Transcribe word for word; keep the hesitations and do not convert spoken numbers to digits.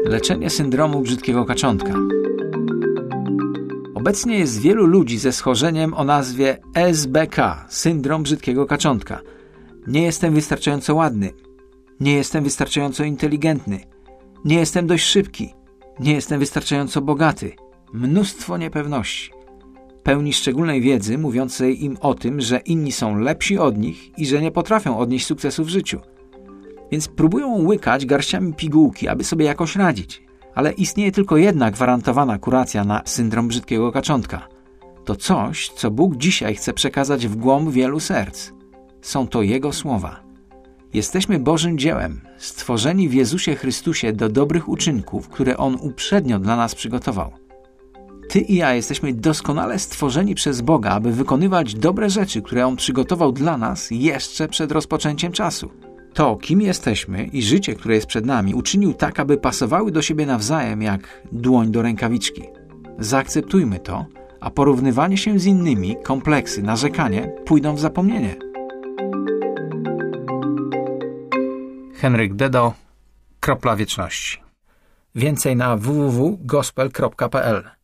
Leczenie syndromu brzydkiego kaczątka. Obecnie jest wielu ludzi ze schorzeniem o nazwie S B K, syndrom brzydkiego kaczątka. Nie jestem wystarczająco ładny. Nie jestem wystarczająco inteligentny. Nie jestem dość szybki. Nie jestem wystarczająco bogaty. Mnóstwo niepewności. Pełni szczególnej wiedzy mówiącej im o tym, że inni są lepsi od nich i że nie potrafią odnieść sukcesu w życiu. Więc próbują łykać garściami pigułki, aby sobie jakoś radzić. Ale istnieje tylko jedna gwarantowana kuracja na syndrom brzydkiego kaczątka. To coś, co Bóg dzisiaj chce przekazać w głąb wielu serc. Są to Jego słowa. Jesteśmy Bożym dziełem, stworzeni w Jezusie Chrystusie do dobrych uczynków, które On uprzednio dla nas przygotował. Ty i ja jesteśmy doskonale stworzeni przez Boga, aby wykonywać dobre rzeczy, które On przygotował dla nas jeszcze przed rozpoczęciem czasu. To, kim jesteśmy i życie, które jest przed nami, uczynił tak, aby pasowały do siebie nawzajem jak dłoń do rękawiczki. Zaakceptujmy to, a porównywanie się z innymi, kompleksy, narzekanie pójdą w zapomnienie. Henryk Dedo, Kropla Wieczności. Więcej na w w w kropka gospel kropka p l.